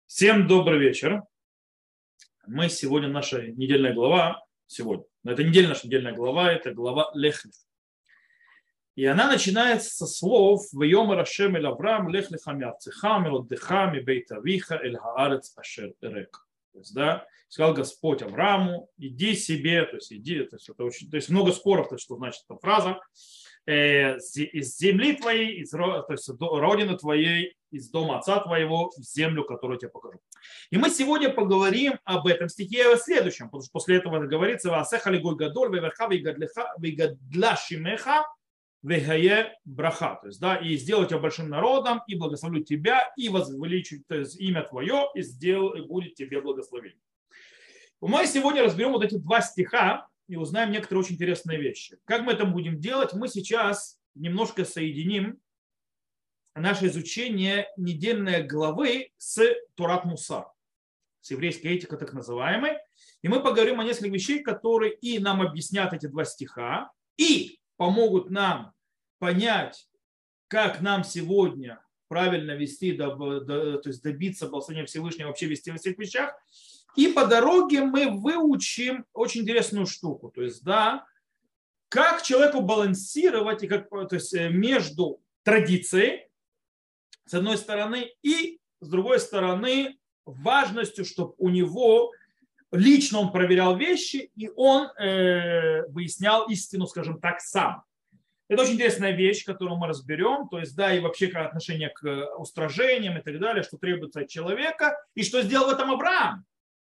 Всем добрый вечер. Мы сегодня, наша недельная глава, сегодня, но это наша недельная глава, это глава Лех. И она начинается со слов «Вьем Рашем эль Авраам лех леха миарцеха мироддеха мибейт авиха эль хаарец ашер эрек». То есть, да, сказал Господь Аврааму, иди себе, то есть иди, то есть, это очень, то есть много споров, то есть, что значит эта фраза, из земли твоей, то есть родины твоей, из дома отца твоего в землю, которую я тебе покажу. И мы сегодня поговорим об этом стихе в следующем, потому что после этого говорится «Ваасеха лигой гадоль, веверха вегадля шимеха, вегае браха». То есть, да, и сделаю тебя большим народом, и благословлю тебя, и возвеличу имя твое, и сделаю, и будет тебе благословение. Мы сегодня разберем вот эти два стиха и узнаем некоторые очень интересные вещи. Как мы это будем делать? Мы сейчас немножко соединим наше изучение недельной главы с Торат Мусар, с еврейской этикой так называемой. И мы поговорим о нескольких вещей, которые и нам объяснят эти два стиха, и помогут нам понять, как нам сегодня правильно вести, то есть добиться благословения Всевышнего, вообще вести во всех вещах. И по дороге мы выучим очень интересную штуку. То есть, да, как человеку балансировать и как, то есть, между традицией, с одной стороны, и с другой стороны, важностью, чтобы у него лично он проверял вещи, и он выяснял истину, скажем так, сам. Это очень интересная вещь, которую мы разберем, то есть, да, и вообще как отношение к устражениям и так далее, что требуется от человека, и что сделал в этом Авраам,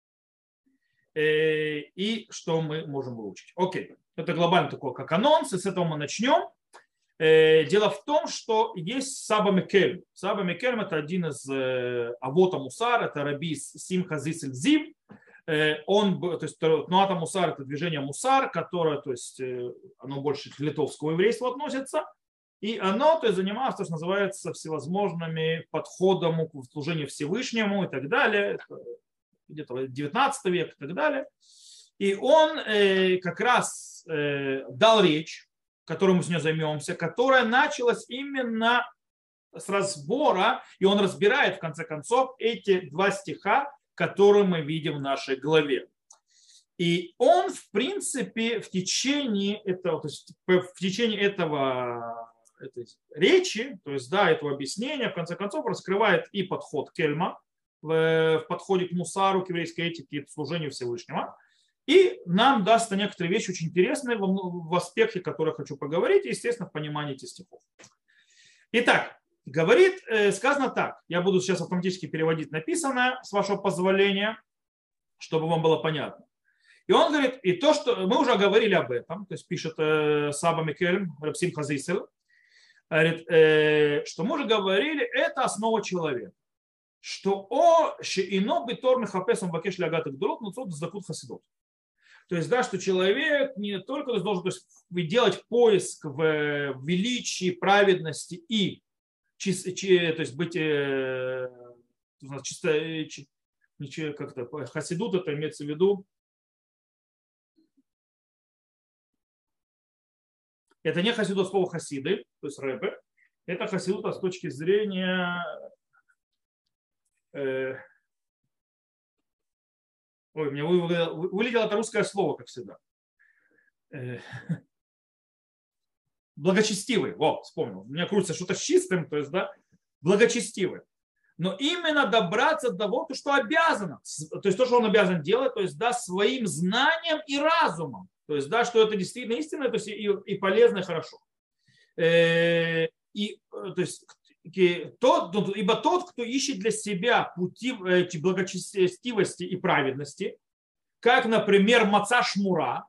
и что мы можем выучить. Окей, это глобально такое, как анонс, и с этого мы начнем. Дело в том, что есть Саба Мекельм. Саба Мекельм – это один из авота Мусар, это раби Симха Зисель Зив. Он, то есть Тнуата Мусар – это движение Мусар, которое, то есть, оно больше к литовскому еврейству относится. И оно, то есть, занималось, то, что называется, всевозможными подходами к служению Всевышнему и так далее. Это где-то 19 век и так далее. И он как раз дал речь, которой мы сегодня займемся, которая началась именно с разбора, и он разбирает, в конце концов, эти два стиха, которые мы видим в нашей главе. И он, в принципе, в течение этого, то есть в течение этой речи, то есть, да, этого объяснения, в конце концов, раскрывает и подход Кельма в подходе к мусару, к еврейской этике и к служению Всевышнего. И нам даст некоторые вещи очень интересные в аспекте, о которых хочу поговорить, и, естественно, в понимании этих стихов. Итак, сказано так. Я буду сейчас автоматически переводить написанное, с вашего позволения, чтобы вам было понятно. И он говорит, и то, что мы уже говорили об этом, то есть пишет Саба Мекельм, Рабсим Хазисел, говорит, что мы уже говорили, это основа человека. Что ино битор мехапесом вакеш лягат гдолот, но цот закут хасидот. То есть, да, что человек не только должен, то есть, делать поиск в величии, праведности и то есть, быть чисто, как-то хасидут, это имеется в виду, это не хасидут слова хасиды, то есть рэбе, это хасидут с точки зрения ой, мне вылетело это русское слово, как всегда. Благочестивый. Во, вспомнил. У меня крутится что-то с чистым, то есть, да, благочестивый. Но именно добраться до того, что обязано. То есть, то, что он обязан делать, то есть, да, своим знанием и разумом. То есть, да, что это действительно истина, то есть, и полезно, и хорошо. И, то есть, ибо тот, кто ищет для себя пути благочестивости и праведности, как, например, маца шмура,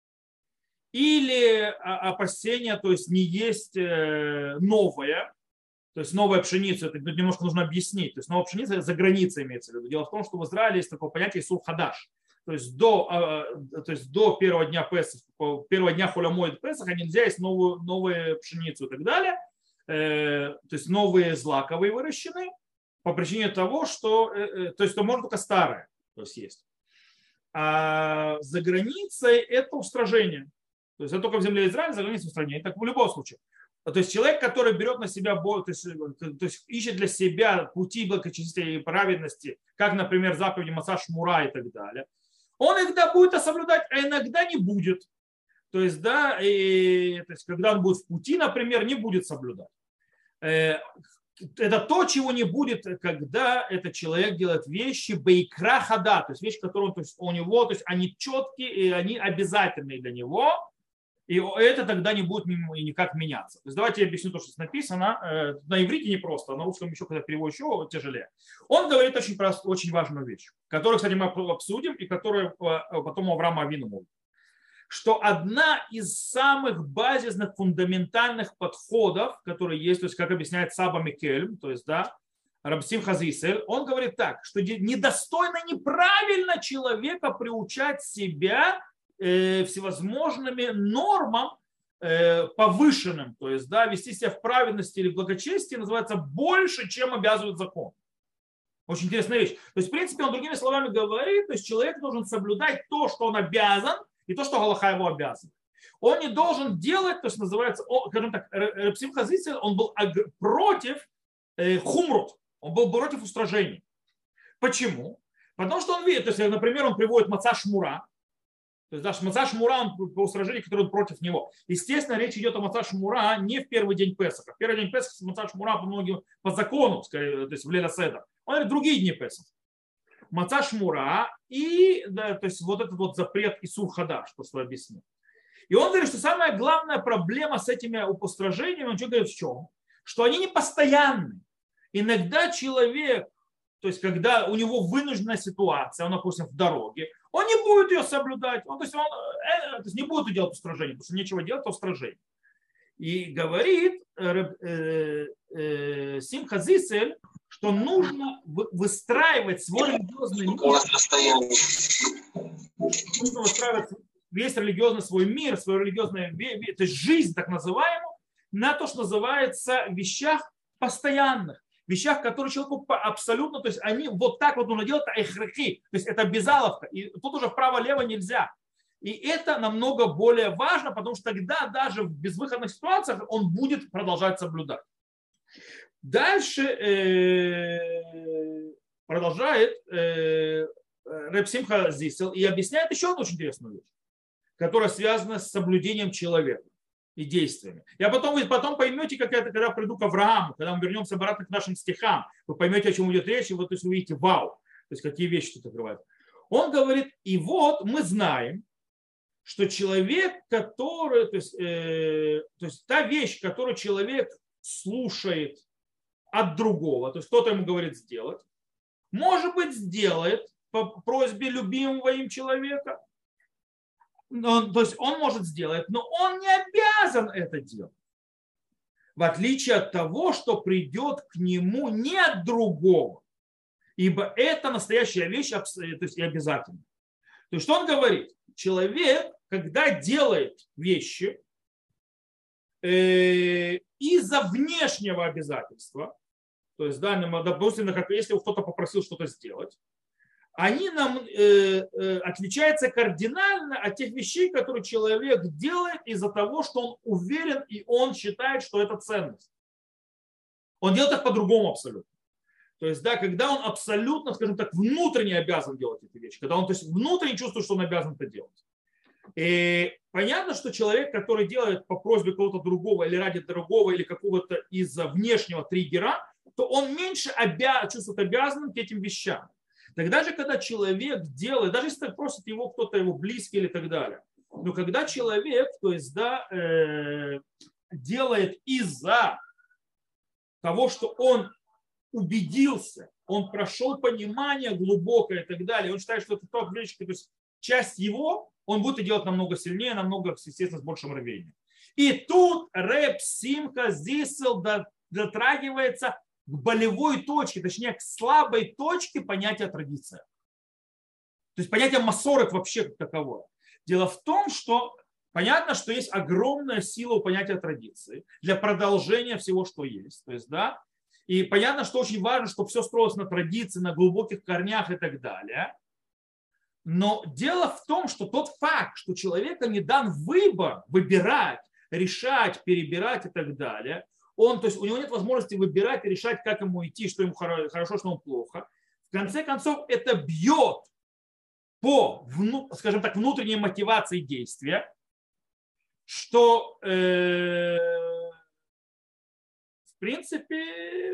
или опасения, то есть не есть новое, то есть новая пшеница, это немножко нужно объяснить, то есть новая пшеница за границей имеется в виду. Дело в том, что в Израиле есть такое понятие сур хадаш, то есть до первого дня Песах, первого дня холямоид Песаха нельзя есть новую пшеницу и так далее. То есть новые злаковые выращены по причине того, что то есть, то можно только старое, то есть. А за границей это устражение. То есть это только в земле Израиля, за границей устранения. Так в любом случае. То есть человек, который берет на себя, то есть ищет для себя пути благочестия и праведности, как, например, заповеди Маца Шмура и так далее, он иногда будет это соблюдать, а иногда не будет. То есть, да, то есть, когда он будет в пути, например, не будет соблюдать. Это то, чего не будет, когда этот человек делает вещи бейкра хада, то есть вещи, которые то есть, у него, то есть они четкие и они обязательные для него, и это тогда не будет никак меняться. То есть давайте я объясню то, что здесь написано. На иврите не просто, на русском еще, когда перевод еще тяжелее. Он говорит очень важную вещь, которую, кстати, мы обсудим, и которую потом Авраам Авину говорит. Что одна из самых базисных, фундаментальных подходов, которые есть, то есть, как объясняет Саба Микель, то есть, да, Рабби Симха Зисель, он говорит так, что недостойно, неправильно человека приучать себя всевозможными нормам повышенным, то есть, да, вести себя в праведности или в благочестии называется больше, чем обязывает закон. Очень интересная вещь. То есть, в принципе, он другими словами говорит, то есть человек должен соблюдать то, что он обязан, и то, что Галаха его обязывает. Он не должен делать, то есть называется, скажем так, Рабби Симха Зисель, он был против хумрут, он был против устражений. Почему? Потому что он видит, то есть, например, он приводит Маца Шмура, то есть даже Маца Шмура, он по устражению, который он против него. Естественно, речь идет о Маца Шмура не в первый день Песаха. В первый день Песаха Маца Шмура по многим, по закону, скорее, то есть в Леля Седер. Он говорит, другие дни Песаха. Маца Шмура и да, то есть вот этот вот запрет Исур Хадаш, что объяснил. И он говорит, что самая главная проблема с этими упостражениями, он что говорит в чем? Что они не постоянны. Иногда человек, то есть когда у него вынужденная ситуация, он, допустим, в дороге, он не будет ее соблюдать, он не будет делать устражение, потому что нечего делать, то устражение. И говорит Симха Зисель, что нужно выстраивать свой религиозный мир, нужно выстраивать весь религиозный свой мир, свою религиозную, то есть жизнь так называемую, на то, что называется вещах постоянных, вещах, которые человеку абсолютно, то есть они вот так вот нужно делать, это эхрахи, то есть это обязаловка, и тут уже вправо-лево нельзя. И это намного более важно, потому что тогда даже в безвыходных ситуациях он будет продолжать соблюдать. Дальше продолжает Рабби Симха Зисель и объясняет еще одну очень интересную вещь, которая связана с соблюдением человека и действиями. Потом поймете, как это, когда приду к Аврааму, когда мы вернемся обратно к нашим стихам, вы поймете, о чем идет речь, и вот, то есть, увидите, вау, то есть какие вещи тут открываются. Он говорит, и вот мы знаем, что человек, который, то есть та вещь, которую человек слушает от другого, то есть кто-то ему говорит сделать, может быть, сделает по просьбе любимого им человека, то есть он может сделать, но он не обязан это делать. В отличие от того, что придет к нему не от другого, ибо это настоящая вещь, то есть и обязательно. То есть что он говорит? Человек, когда делает вещи из-за внешнего обязательства, то есть, да, допустим, если кто-то попросил что-то сделать, они нам отличаются кардинально от тех вещей, которые человек делает из-за того, что он уверен и он считает, что это ценность. Он делает их по-другому абсолютно. То есть, да, когда он абсолютно, скажем так, внутренне обязан делать эти вещи, когда он то есть, внутренне чувствует, что он обязан это делать. И понятно, что человек, который делает по просьбе кого-то другого или ради другого или какого-то из-за внешнего триггера, то он меньше чувствует обязанным к этим вещам. Тогда же, когда человек делает, даже если просит его кто-то, его близкий или так далее, но когда человек, то есть, да, делает из-за того, что он убедился, он прошел понимание глубокое и так далее, он считает, что это та вещь, то есть часть его, он будет делать намного сильнее, намного, естественно, с большим рвением. И тут Рабби Симха Зисель дотрагивается к болевой точке, точнее, к слабой точке понятия традиция. То есть понятие масорет вообще как таковое. Дело в том, что понятно, что есть огромная сила у понятия традиции для продолжения всего, что есть. То есть, да, и понятно, что очень важно, чтобы все строилось на традиции, на глубоких корнях и так далее. Но дело в том, что тот факт, что человека не дан выбор, выбирать, решать, перебирать и так далее. То есть у него нет возможности выбирать и решать, как ему идти, что ему хорошо, что ему плохо. В конце концов, это бьет по, скажем так, внутренней мотивации действия, что, в принципе,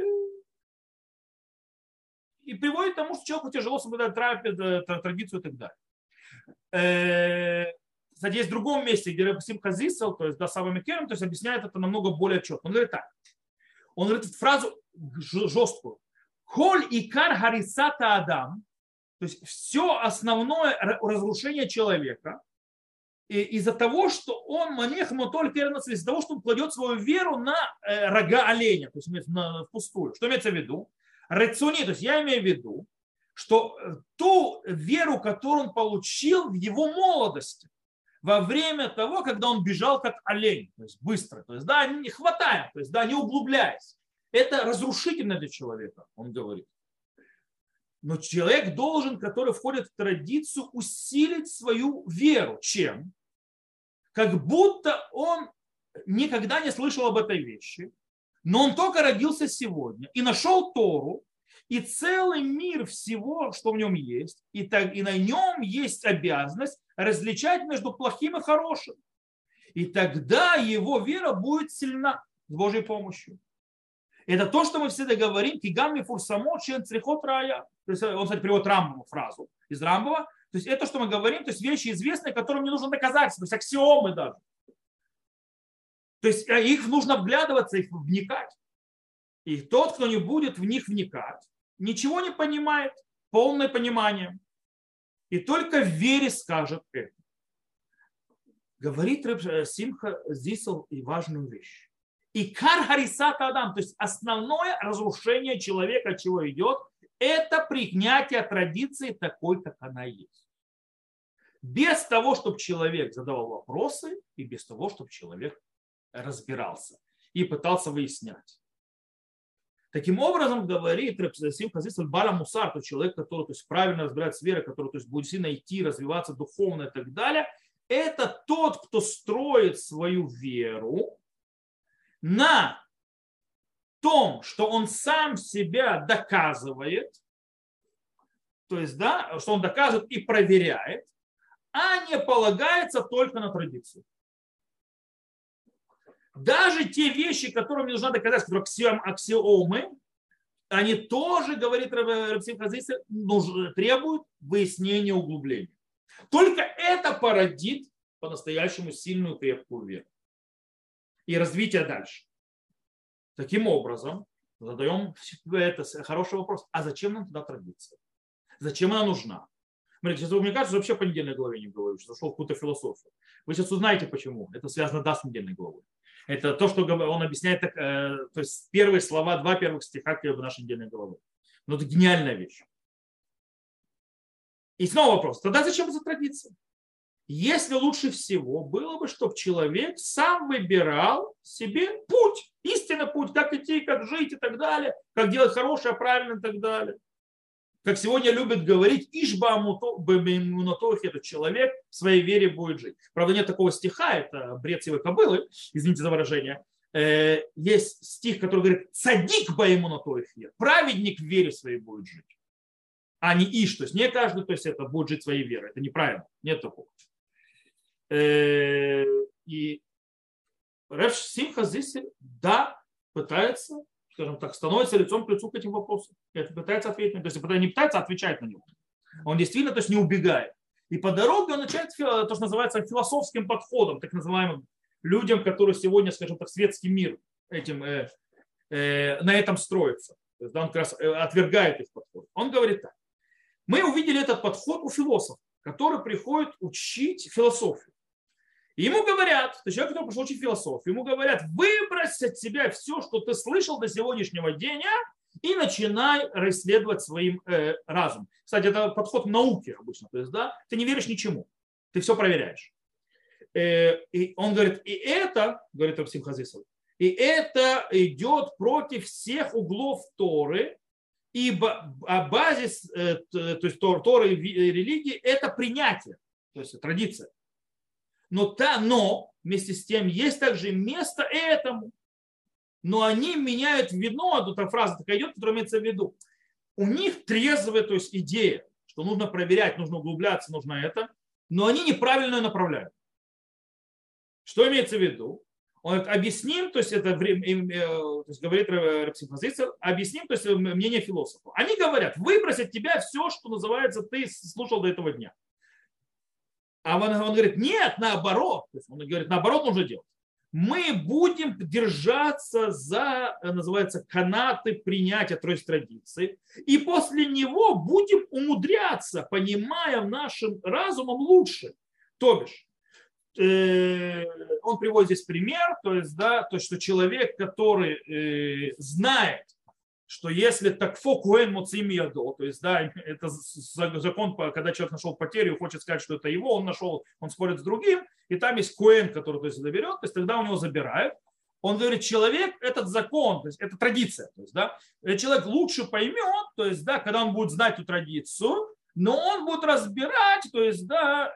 и приводит к тому, что человеку тяжело соблюдать традицию и так далее. Кстати, есть в другом месте, где Рабсим Хазисел, то есть Дасава Микерем, то есть объясняет это намного более четко. Он говорит так. Он говорит фразу жесткую. Холь икар харисата адам, то есть все основное разрушение человека из-за того, что он манех, но только из-за того, что он кладет свою веру на рога оленя, то есть впустую. Что имеется в виду? Рецуни, то есть я имею в виду, что ту веру, которую он получил в его молодости, во время того, когда он бежал как олень, то есть быстро, то есть да, не хватая, то есть да, не углубляясь. Это разрушительно для человека, он говорит. Но человек должен, который входит в традицию, усилить свою веру. Чем? Как будто он никогда не слышал об этой вещи, но он только родился сегодня и нашел Тору, и целый мир всего, что в нем есть, и на нем есть обязанность различать между плохим и хорошим. И тогда его вера будет сильна с Божьей помощью. Это то, что мы всегда говорим, кигами фурсамо чен црихот рая. То есть он, кстати, приводит Рамбову фразу из Рамбова. То есть это, что мы говорим, то есть вещи известные, которым не нужно доказательства, то есть аксиомы даже. То есть их нужно вглядываться, их вникать. И тот, кто не будет в них вникать, ничего не понимает, полное понимание. И только в вере скажет это. Говорит Симха здесь и важную вещь. И кар харисата адам, то есть основное разрушение человека, от чего идет, это принятие традиции такой, как она есть. Без того, чтобы человек задавал вопросы, и без того, чтобы человек разбирался и пытался выяснять. Таким образом, говорит Рабсим Хазисаль Бала Мусар, тот человек, который то есть, правильно разбирается с верой, который то есть, будет сильно идти, развиваться духовно и так далее, это тот, кто строит свою веру на том, что он сам себя доказывает, то есть, да, что он доказывает и проверяет, а не полагается только на традицию. Даже те вещи, которые мне нужно доказать, которые аксиомы, они тоже, говорит Рабсим Хазисаль, требуют выяснения, углубления. Только это породит по-настоящему сильную крепкую веру и развитие дальше. Таким образом, задаем это хороший вопрос. А зачем нам туда традиция? Зачем она нужна? Смотрите, сейчас мне кажется, что вообще по недельной главе не говорю, что зашел в какую-то философию. Вы сейчас узнаете, почему. Это связано с недельной главой. Это то, что он объясняет, то есть первые слова, два первых стиха в нашей недельной главы. Но это гениальная вещь. И снова вопрос, тогда зачем эта традиция? Если лучше всего было бы, чтобы человек сам выбирал себе путь, истинный путь, как идти, как жить и так далее, как делать хорошее, правильное и так далее. Как сегодня любят говорить, Ишба Мунатохи, этот человек в своей вере будет жить. Правда, нет такого стиха, это бред сивой кобылы, извините за выражение. Есть стих, который говорит, цадик Баимунатохи, праведник в вере своей будет жить. А не Иш, то есть не каждый, то есть это будет жить своей верой. Это неправильно, нет такого. И Рав Симха здесь, да, пытается, скажем так, становится лицом к лицу к этим вопросам. И это пытается ответить на него. То есть не пытается, а отвечать на него. Он действительно, то есть не убегает. И по дороге он начинает то, что называется философским подходом, так называемым людям, которые сегодня, скажем так, светский мир этим, на этом строится. То есть, да, он как раз отвергает их подход. Он говорит так. Мы увидели этот подход у философов, которые приходят учить философию. И ему говорят, то человек, который пришел учить философию, ему говорят, выбрось от себя все, что ты слышал до сегодняшнего дня, и начинай расследовать своим разумом. Кстати, это подход к науке обычно. То есть, да, ты не веришь ничему, ты все проверяешь. И он говорит, и это, говорит Рабсим Хазисаль, и это идет против всех углов Торы, ибо базис, то есть Торы и религии, это принятие, то есть традиция. но вместе с тем есть также место этому. Но они меняют вино, тут фраза такая идет, которая имеется в виду. У них трезвая, то есть идея, что нужно проверять, нужно углубляться, нужно это, но они неправильно ее направляют. Что имеется в виду? Он говорит, объясним, то есть это то есть говорит Рабсим Хазицер, объясним, то есть мнение философов. Они говорят, выбросить тебя все, что называется, ты слушал до этого дня. А он говорит, нет, наоборот. То есть он говорит, наоборот нужно делать. Мы будем держаться за, называется, канаты принятия тройственной традиции. И после него будем умудряться, понимая нашим разумом лучше. То бишь, он приводит здесь пример, то есть, да, то, что человек, который знает, что если так фокуэн моцим ядо, то есть, да, это закон, когда человек нашел потерю и хочет сказать, что это его, он нашел, он спорит с другим, и там есть коэн, который, то есть, заберет, то есть тогда у него забирают. Он говорит, человек, этот закон, то есть это традиция, то есть, да, человек лучше поймет, то есть, да, когда он будет знать эту традицию, но он будет разбирать, то есть, да,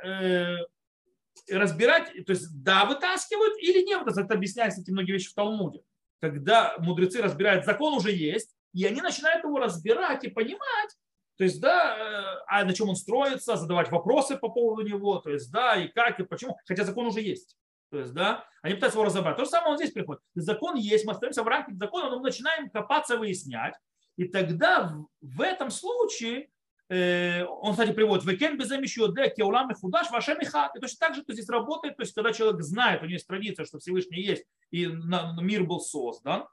разбирать, то есть, да, вытаскивают или нет, это объясняется эти многие вещи в Талмуде. Когда мудрецы разбирают, закон уже есть, и они начинают его разбирать и понимать, то есть, да, а на чем он строится, задавать вопросы по поводу него, то есть, да, и как, и почему, хотя закон уже есть. То есть, да, они пытаются его разобрать. То же самое он здесь приходит. Закон есть, мы остаемся в рамках закона, но мы начинаем копаться, выяснять. И тогда в этом случае, он, кстати, приводит, «Векен безем еще де кеулам и худаш вашем и хат». И точно так же, то здесь работает, то есть, когда человек знает, у него есть традиция, что Всевышний есть, и мир был создан,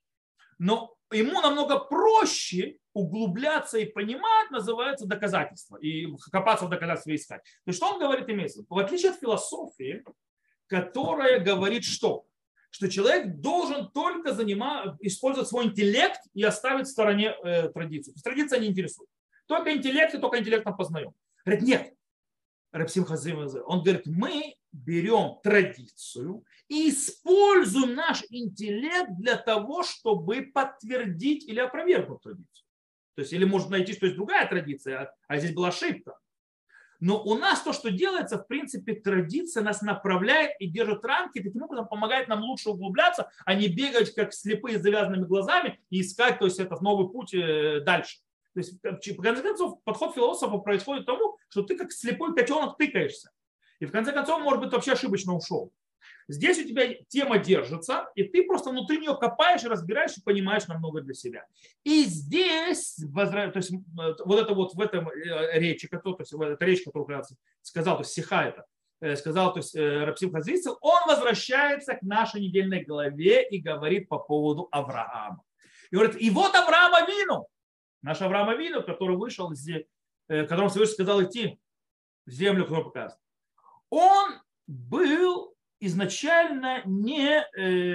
но ему намного проще углубляться и понимать, называется доказательство, и копаться в доказательства искать. То есть, что он говорит, имеется? В отличие от философии, которая говорит что? Что человек должен только использовать свой интеллект и оставить в стороне традицию. То есть традиция не интересует. Только интеллект и только интеллектом познаем. Говорит, нет. Рабсим Хазицер, он говорит, мы берем традицию и используем наш интеллект для того, чтобы подтвердить или опровергнуть традицию. То есть, или может найти, что есть другая традиция, а здесь была ошибка. Но у нас то, что делается, в принципе, традиция нас направляет и держит рамки, и таким образом помогает нам лучше углубляться, а не бегать как слепые с завязанными глазами и искать, то есть, этот новый путь дальше. То есть, в конце концов, подход философа происходит к тому, что ты как слепой котенок тыкаешься. И в конце концов, может быть, вообще ошибочно ушел. Здесь у тебя тема держится, и ты просто внутри нее копаешь, разбираешь и понимаешь намного для себя. И здесь, то есть, вот это вот в этом речи, то есть, эта речь, которую сказал, то есть сиха это, сказал, то есть Рабсим Хазицер, он возвращается к нашей недельной главе и говорит по поводу Авраама. И говорит, и вот Авраам Авину, наш Авраам Авину, который вышел, которому Всевышний сказал идти в землю, которую показывает. Он был изначально не,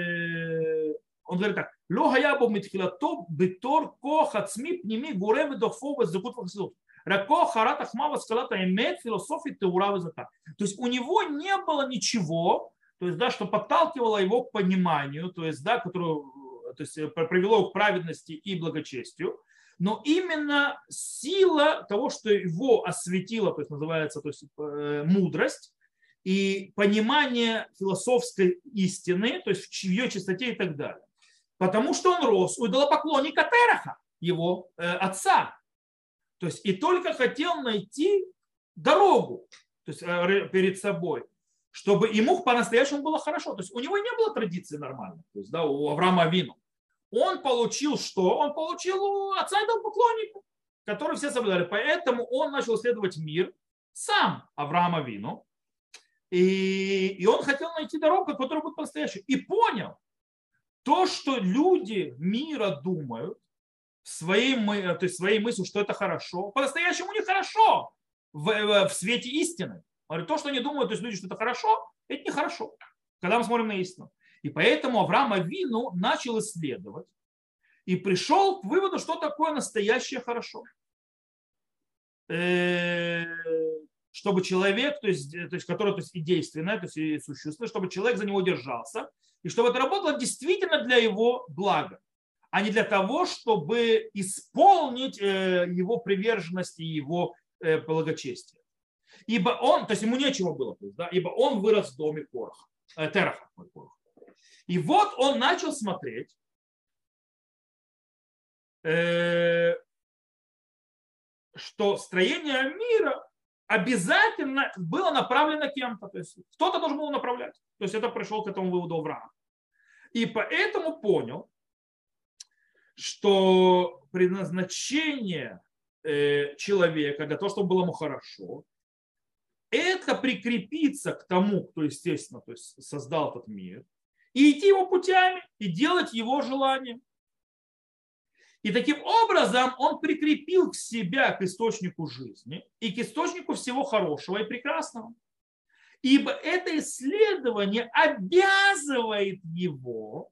он говорит так, «Ло хаябу митхилато битор ко хацми пними гуре ведофо везакут вахсидут». Рако харата хмава скалата имеет философии теура везака. То есть у него не было ничего, то есть, да, что подталкивало его к пониманию, то есть, да, которое, то есть, привело его к праведности и благочестию. Но именно сила того, что его осветила, то есть называется, то есть, мудрость и понимание философской истины, то есть в ее чистоте и так далее. Потому что он рос у идолопоклонника Тераха, его отца. То есть и только хотел найти дорогу, то есть, перед собой, чтобы ему по-настоящему было хорошо. То есть у него не было традиции нормальной, то есть, да, у Авраама Авину. Он получил что? Он получил у отца идолопоклонника, который все соблюдали. Поэтому он начал исследовать мир сам, Авраам Авину. И он хотел найти дорогу, которая будет по-настоящему. И понял, то, что люди мира думают, то есть своей мыслью, что это хорошо, по-настоящему не хорошо в свете истины. То, что они думают, то есть люди, что это хорошо, это нехорошо, когда мы смотрим на истину. И поэтому Авраам Авину начал исследовать и пришел к выводу, что такое настоящее хорошо. Чтобы человек, то есть который то есть и действенное, то есть и существенное, чтобы человек за него держался, и чтобы это работало действительно для его блага, а не для того, чтобы исполнить его приверженность и его благочестие. Ибо он, то есть ему нечего было, то есть, да, ибо он вырос в доме Тераха. И вот он начал смотреть, что строение мира обязательно было направлено кем-то. То есть кто-то должен был направлять. То есть это пришел к этому выводу Авраам. И поэтому понял, что предназначение человека для того, чтобы было ему хорошо, это прикрепиться к тому, кто, естественно, то есть создал этот мир, и идти его путями, и делать его желанием. И таким образом он прикрепил к себя к источнику жизни и к источнику всего хорошего и прекрасного. Ибо это исследование обязывает его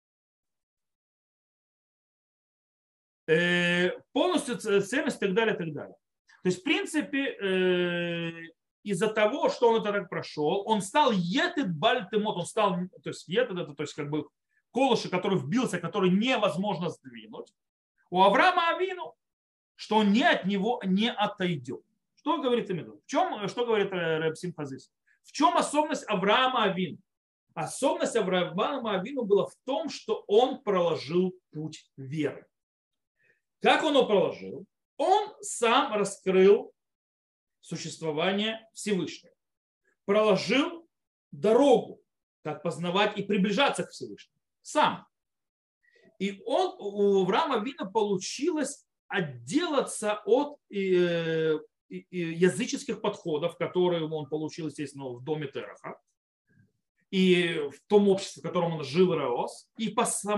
полностью ценность и так далее, и так далее. То есть, в принципе, из-за того, что он это так прошел, он стал етед бальтемот, он стал, то есть етед, это то есть как бы колышек, который вбился, который невозможно сдвинуть. У Авраама Авину, что он от него не отойдет. Что говорит Эмиду? Что говорит Реб Симха Зис? В чем особенность Авраама Авину? Особенность Авраама Авину была в том, что он проложил путь веры. Как он его проложил? Он сам раскрыл существование Всевышнего. Проложил дорогу, как познавать и приближаться к Всевышнему. Сам. И у Авраама Авину получилось отделаться от языческих подходов, которые он получил, естественно, в доме Тераха, и в том обществе, в котором он жил и рос, и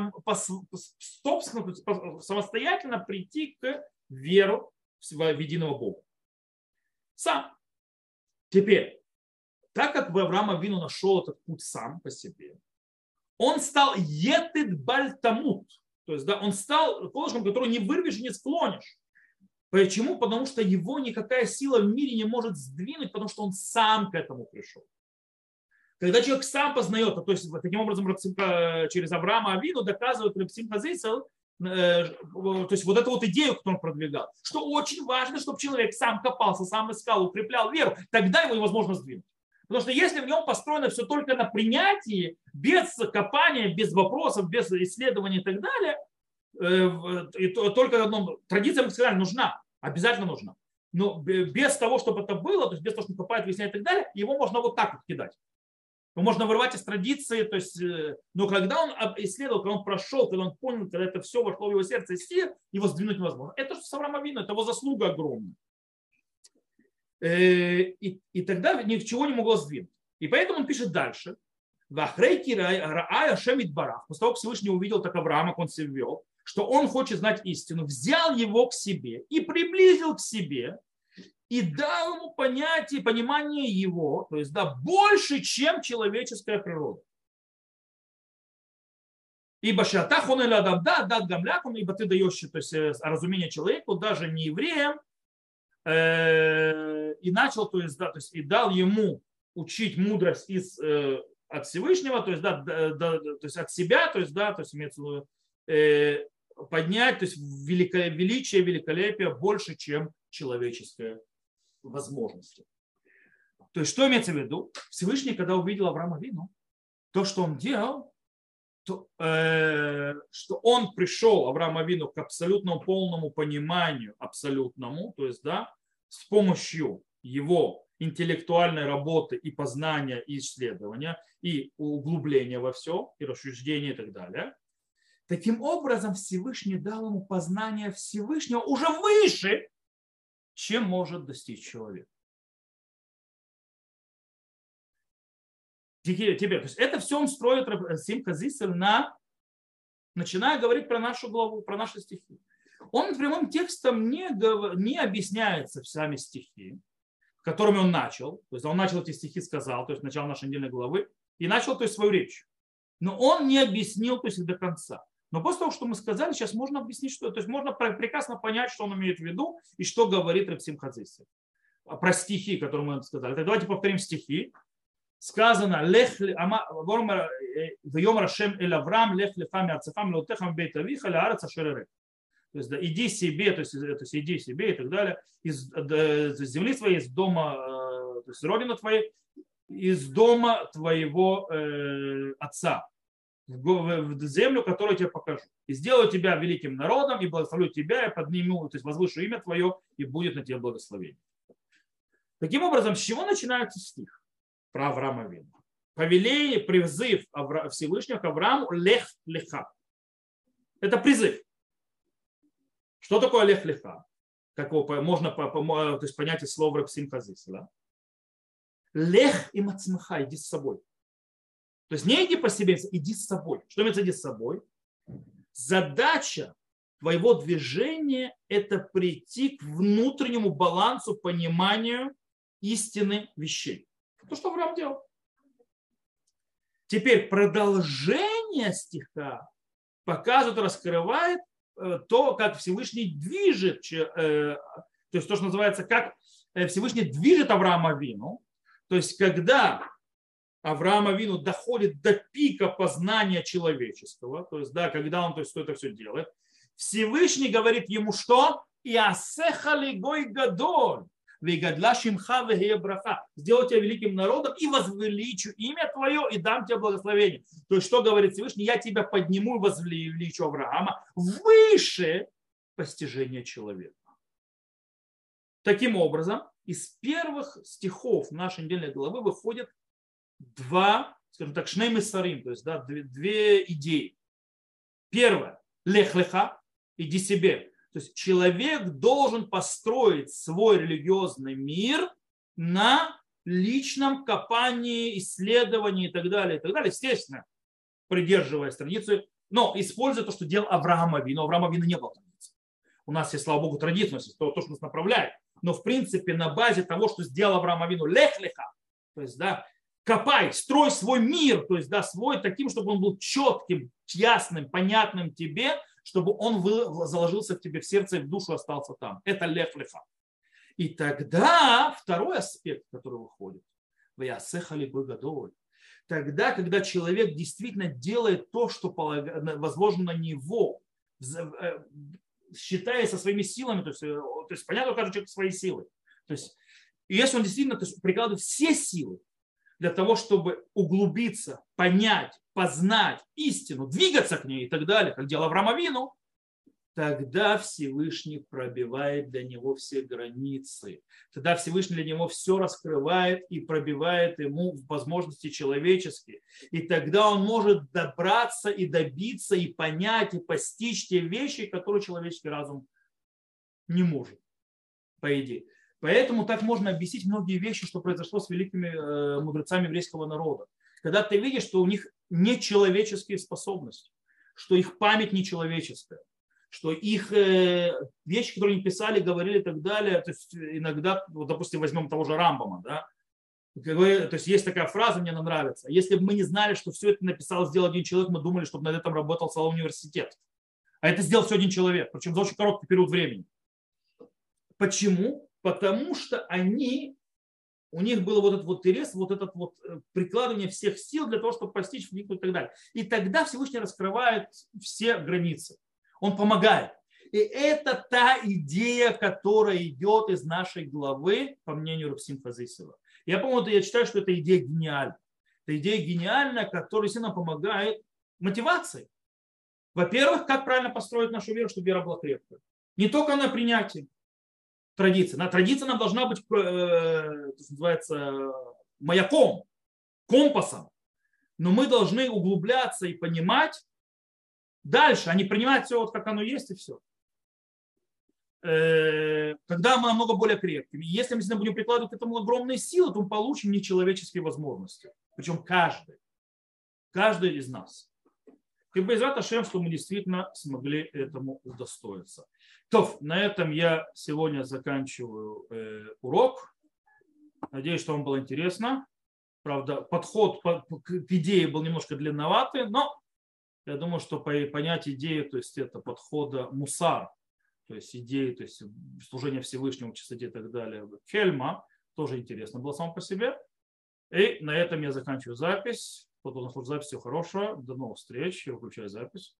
самостоятельно прийти к веру в единого Бога. Сам. Теперь, так как Авраам Авину нашел этот путь сам по себе, он стал етед бальтамут, то есть да, он стал колышком, который не вырвешь и не склонишь. Почему? Потому что его никакая сила в мире не может сдвинуть, потому что он сам к этому пришел. Когда человек сам познает, то есть таким образом через Авраама Авину доказывает Реб Симха Зисел, то есть вот эту вот идею, которую он продвигал, что очень важно, чтобы человек сам копался, сам искал, укреплял веру, тогда его невозможно сдвинуть. Потому что если в нем построено все только на принятии, без копания, без вопросов, без исследований и так далее, и только одно, традиция, мы сказали, нужна, обязательно нужна. Но без того, чтобы это было, то есть без того, что копает, выясняет и так далее, его можно вот так вот кидать. Его можно вырвать из традиции, то есть, но когда он исследовал, когда он прошел, когда он понял, когда это все вошло в его сердце и сил, его сдвинуть невозможно. Это что с Авраамом Авину, это его заслуга огромная. И тогда ничего не могло сдвинуть. И поэтому он пишет дальше. После того, как Всевышний увидел так Авраама, как он себя вел, что он хочет знать истину, взял его к себе и приблизил к себе, и дал ему понятие, понимание его, то есть да, больше, чем человеческая природа. Ибо шатах он или адам да, дат гамляк, ибо ты даешь, то есть разумение человеку, даже не евреям, и начал, то есть, да, то есть и дал ему учить мудрость от Всевышнего, то есть, да, то есть от себя, то есть, да, то есть имеется в виду, поднять, то есть величие, великолепие больше, чем человеческое возможности. То есть, что имеется в виду? Всевышний, когда увидел Авраама Авину, то, что он делал, то, что он пришел, Авраам Авину, к абсолютному полному пониманию, абсолютному, то есть, да, с помощью его интеллектуальной работы и познания, и исследования, и углубления во все, и рассуждения и так далее. Таким образом, Всевышний дал ему познание Всевышнего уже выше, чем может достичь человек. Теперь, то есть это все он строит Симха Зиссель начиная говорить про нашу главу, про наши стихи. Он прямым текстом не объясняется сами стихи, которыми он начал. То есть он начал эти стихи, сказал, то есть начало нашей недельной главы, и начал, то есть, свою речь. Но он не объяснил, то есть, их до конца. Но после того, что мы сказали, сейчас можно объяснить, что, то есть можно прекрасно понять, что он имеет в виду и что говорит Реб Симха Зиссель. Про стихи, которые мы сказали. Так давайте повторим стихи. Сказано, «Вьем Рашем эль Авраам, лех лефами арцефам, леутехам бейт авиха, леарец ашеререк». То есть, да, иди себе, то есть иди себе и так далее, из земли своей, из дома то есть родина твоя, из дома твоего отца, в землю, которую я тебе покажу. И сделаю тебя великим народом, и благословлю тебя, и подниму, то есть возвышу имя твое, и будет на тебе благословение. Таким образом, с чего начинается стих про Авраама Авину? Повеление, призыв Всевышнего к Аврааму лех леха. Это призыв. Что такое лех леха? Как его можно то есть понять из слова Рабсим Хазис. Да? Лех и мацмаха, иди с собой. То есть не иди по себе, иди с собой. Что имеется иди с собой? Задача твоего движения – это прийти к внутреннему балансу, пониманию истины вещей. То, что Авраам делал. Теперь продолжение стиха показывает, раскрывает то, как Всевышний движет, то есть то, что называется, как Всевышний движет Авраама Авину. То есть когда Авраам Авину доходит до пика познания человеческого, то есть, да, когда он то есть, это все делает, Всевышний говорит ему, что «Иасеха лигой гадоль, вегадла шимха вегея браха». «Сделаю тебя великим народом и возвеличу имя твое и дам тебе благословение». То есть, что говорит Всевышний? «Я тебя подниму и возвеличу Авраама выше постижения человека». Таким образом, из первых стихов нашей недельной главы выходит два, скажем так, шней сарим, то есть да, две идеи. Первое, лех-леха, иди себе. То есть человек должен построить свой религиозный мир на личном копании, исследовании и так далее, и так далее. Естественно, придерживаясь традиции, но используя то, что делал Авраам Авину. Авраам Авину не было традиции. У нас есть, слава Богу, традиция, то, что нас направляет. Но в принципе на базе того, что сделал Авраам Авину, лех-леха, то есть да, копай, строй свой мир, то есть да, свой таким, чтобы он был четким, ясным, понятным тебе, чтобы он заложился в тебе в сердце и в душу остался там. Это лех-леха. И тогда второй аспект, который выходит, тогда, когда человек действительно делает то, что возложено на него, считая со своими силами, то есть понятно, каждый человек свои силы. То есть, если он действительно прикладывает все силы для того, чтобы углубиться, понять, познать истину, двигаться к ней и так далее, как делал Авраам Авину, тогда Всевышний пробивает для него все границы. Тогда Всевышний для него все раскрывает и пробивает ему возможности человеческие. И тогда он может добраться и добиться, и понять, и постичь те вещи, которые человеческий разум не может, по идее. Поэтому так можно объяснить многие вещи, что произошло с великими мудрецами еврейского народа. Когда ты видишь, что у них нечеловеческие способности, что их память нечеловеческая, что их вещи, которые они писали, говорили и так далее, то есть иногда, вот, допустим, возьмем того же Рамбама, да, то есть есть такая фраза, мне она нравится: если бы мы не знали, что все это написал, сделал один человек, мы думали, чтобы над этим работал целый университет. А это сделал все один человек, причем за очень короткий период времени. Почему? Потому что у них был вот этот вот интерес, вот этот вот прикладывание всех сил для того, чтобы постичь и так далее. И тогда Всевышний раскрывает все границы. Он помогает. И это та идея, которая идет из нашей главы, по мнению Рабсим Хазисова. Я считаю, что эта идея гениальна. Это идея гениальная, которая сильно помогает мотивации. Во-первых, как правильно построить нашу веру, чтобы вера была крепкой. Не только на принятии традиции. Традиция нам должна быть, что называется, маяком, компасом. Но мы должны углубляться и понимать дальше, а не принимать все вот как оно есть и все. Когда мы намного более крепкими. Если мы будем прикладывать к этому огромные силы, то мы получим нечеловеческие возможности. Причем каждый из нас. И Бейзрат Ашем, что мы действительно смогли этому удостоиться. То, на этом я сегодня заканчиваю урок. Надеюсь, что вам было интересно. Правда, подход к идее был немножко длинноватый, но я думаю, что понять идею, то есть это подхода мусар, то есть идеи, то есть служение Всевышнему, чистоте и так далее, хельма, тоже интересно было само по себе. И на этом я заканчиваю запись. Кто слушает запись, всего хорошего. До новых встреч. Я выключаю запись.